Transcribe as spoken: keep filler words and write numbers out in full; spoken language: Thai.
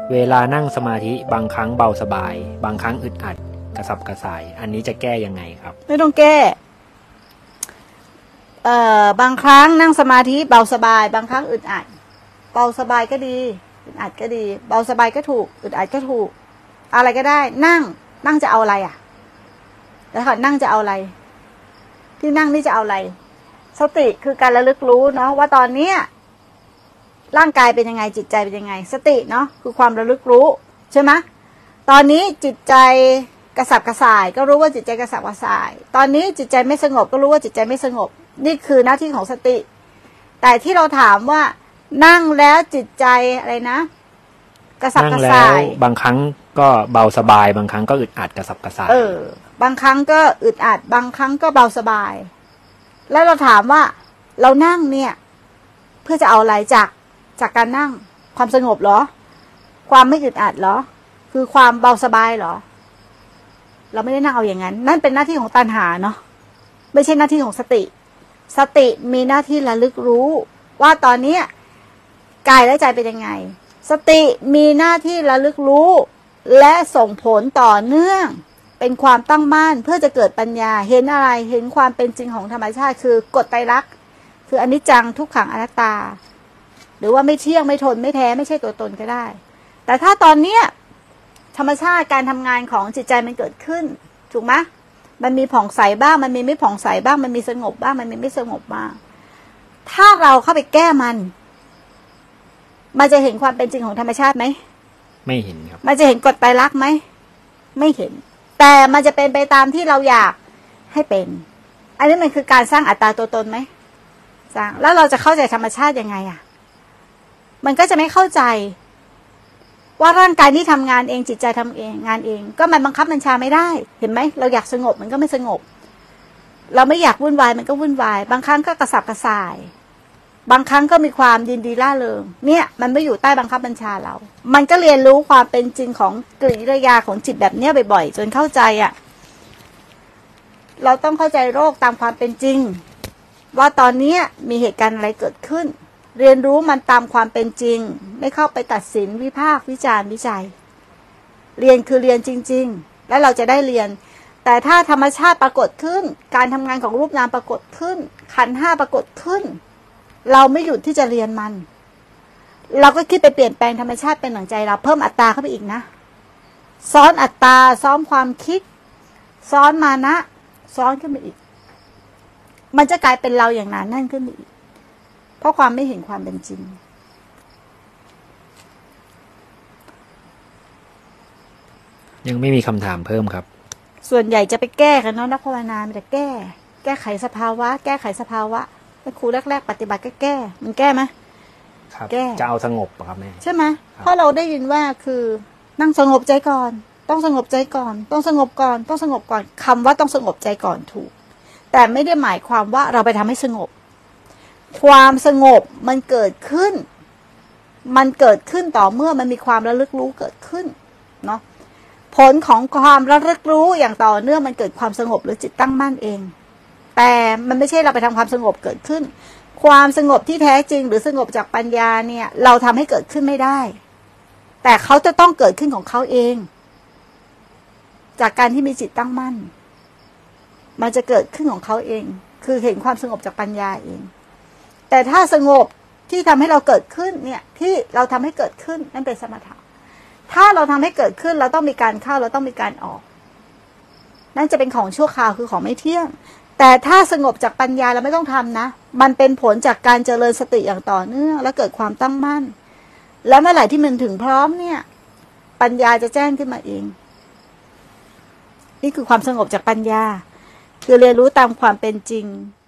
เวลานั่งสมาธิบางครั้งเบาสบายบางครั้งอึดอัดกระสับกระส่ายอันนี้จะแก้ยังไงครับไม่ต้องแก้เอ่อบางครั้งนั่งสมาธิเบาสบายบางครั้งอึดอัดเบาสบายก็ดีอึดอัดก็ดีเบาสบายก็ถูกอึดอัดก็ถูกอะไรก็ได้นั่งนั่งจะเอาอะไรอ่ะแล้วค่ะนั่งจะเอาอะไรที่นั่งนี่จะเอาอะไรสติคือการระลึกรู้เนาะว่าตอนเนี้ยร่างกายเป็นยังไงจิตใจเป็นยังไงสติเนาะคือความระลึกรู้ใช่ไหมตอนนี้จิตใจกระสับกระส่ายก็รู้ว่าจิตใจกระสับกระส่ายตอนนี้จิตใจไม่สงบก็รู้ว่าจิตใจไม่สงบนี่คือหน้าที่ของสติแต่ที่เราถามว่านั่งแล้วจิตใจอะไรนะกระสับกระส่ายบางครั้งก็เบาสบายบางครั้งก็อึดอัดกระสับกระส่ายเออบางครั้งก็อึดอัดบางครั้งก็เบาสบายแล้วเราถามว่าเรานั่งเนี่ยเพื่อจะเอาอะไรจากจากการนั่งความสงบเหรอความไม่อึดอัดเหรอคือความเบาสบายเหรอเราไม่ได้นั่งเอาอย่างนั้นนั่นเป็นหน้าที่ของตัณหาเนาะไม่ใช่หน้าที่ของสติสติมีหน้าที่ระลึกรู้ว่าตอนนี้กายและใจเป็นยังไงสติมีหน้าที่ระลึกรู้และส่งผลต่อเนื่องเป็นความตั้งมั่นเพื่อจะเกิดปัญญาเห็นอะไรเห็นความเป็นจริงของธรรมชาติคือกฎไตรลักษณ์คืออนิจจังทุกขังอนัตตาหรือว่าไม่เที่ยงไม่ทนไม่แท้ไม่ใช่ตัวตนก็ได้แต่ถ้าตอนเนี้ยธรรมชาติการทำงานของจิตใจมันเกิดขึ้นถูกไหมมันมีผ่องใสบ้างมันมีไม่ผ่องใสบ้างมันมีสงบบ้างมันมีไม่สงบบ้างถ้าเราเข้าไปแก้มันมันจะเห็นความเป็นจริงของธรรมชาติไหมไม่เห็นครับมันจะเห็นกฎไตรลักษณ์ไหมไม่เห็นแต่มันจะเป็นไปตามที่เราอยากให้เป็นอันนี้มันคือการสร้างอัตตาตัวตนไหมสร้างแล้วเราจะเข้าใจธรรมชาติยังไงอ่ะมันก็จะไม่เข้าใจว่าร่างกายนี้ทำงานเองจิตใจทำเองงานเองก็มันบังคับบัญชาไม่ได้เห็นไหมเราอยากสงบมันก็ไม่สงบเราไม่อยากวุ่นวายมันก็วุ่นวายบางครั้งก็กระสับกระส่ายบางครั้งก็มีความยินดีร่าเริงเนี่ยมันไม่อยู่ใต้บังคับบัญชาเรามันก็เรียนรู้ความเป็นจริงของกิริยาของจิตแบบเนี้ยบ่อยๆจนเข้าใจอ่ะเราต้องเข้าใจโรคตามความเป็นจริงว่าตอนนี้มีเหตุการณ์อะไรเกิดขึ้นเรียนรู้มันตามความเป็นจริงไม่เข้าไปตัดสินวิพากษ์วิจารณ์วิจัยเรียนคือเรียนจริงๆและเราจะได้เรียนแต่ถ้าธรรมชาติปรากฏขึ้นการทำงานของรูปนามปรากฏขึ้นขันธ์ห้าปรากฏขึ้นเราไม่หยุดที่จะเรียนมันเราก็คิดไปเปลี่ยนแปลงธรรมชาติเป็นหนังใจเราเพิ่มอัตตาเข้าไปอีกนะซ้อนอัตตาซ้อนความคิดซ้อนมานะซ้อนขึ้นไปอีกมันจะกลายเป็นเราอย่างนั้นนั่นขึ้นไปอีกเพราะความไม่เห็นความเป็นจริงยังไม่มีคำถามเพิ่มครับส่วนใหญ่จะไปแก้กันเนาะนักภาวนามันจะแก้แก้ไขสภาวะแก้ไขสภาวะครูแรกๆปฏิบัติก็แก้มันแก้ไหมครับแก้จะเอาสงบครับแม่ใช่ไหมเพราะเราได้ยินว่าคือนั่งสงบใจก่อนต้องสงบใจก่อนต้องสงบก่อนต้องสงบก่อนคำว่าต้องสงบใจก่อนถูกแต่ไม่ได้หมายความว่าเราไปทำให้สงบความสงบมันเกิดขึ้นมันเกิดขึ้นต่อเมื่อมันมีความระลึกรู้เกิดขึ้นเนาะผลของความระลึกรู้อย่างต่อเนื่องมันเกิดความสงบหรือจิตตั้งมั่นเองแต่มันไม่ใช่เราไปทำความสงบเกิดขึ้นความสงบที่แท้จริงหรือสงบจากปัญญาเนี่ยเราทำให้เกิดขึ้นไม่ได้แต่เขาจะต้องเกิดขึ้นของเขาเองจากการที่มีจิตตั้งมั่นมันจะเกิดขึ้นของเขาเองคือเห็นความสงบจากปัญญาเองแต่ถ้าสงบที่ทำให้เราเกิดขึ้นเนี่ยที่เราทำให้เกิดขึ้นนั่นเป็นสมถะถ้าเราทำให้เกิดขึ้นเราต้องมีการเข้าเราต้องมีการออกนั่นจะเป็นของชั่วคราวคือของไม่เที่ยงแต่ถ้าสงบจากปัญญาเราไม่ต้องทำนะมันเป็นผลจากการเจริญสติอย่างต่อเนื่องและเกิดความตั้งมั่นแล้วเมื่อไหร่ที่มันถึงพร้อมเนี่ยปัญญาจะแจ้งขึ้นมาเองนี่คือความสงบจากปัญญาคือเรียนรู้ตามความเป็นจริง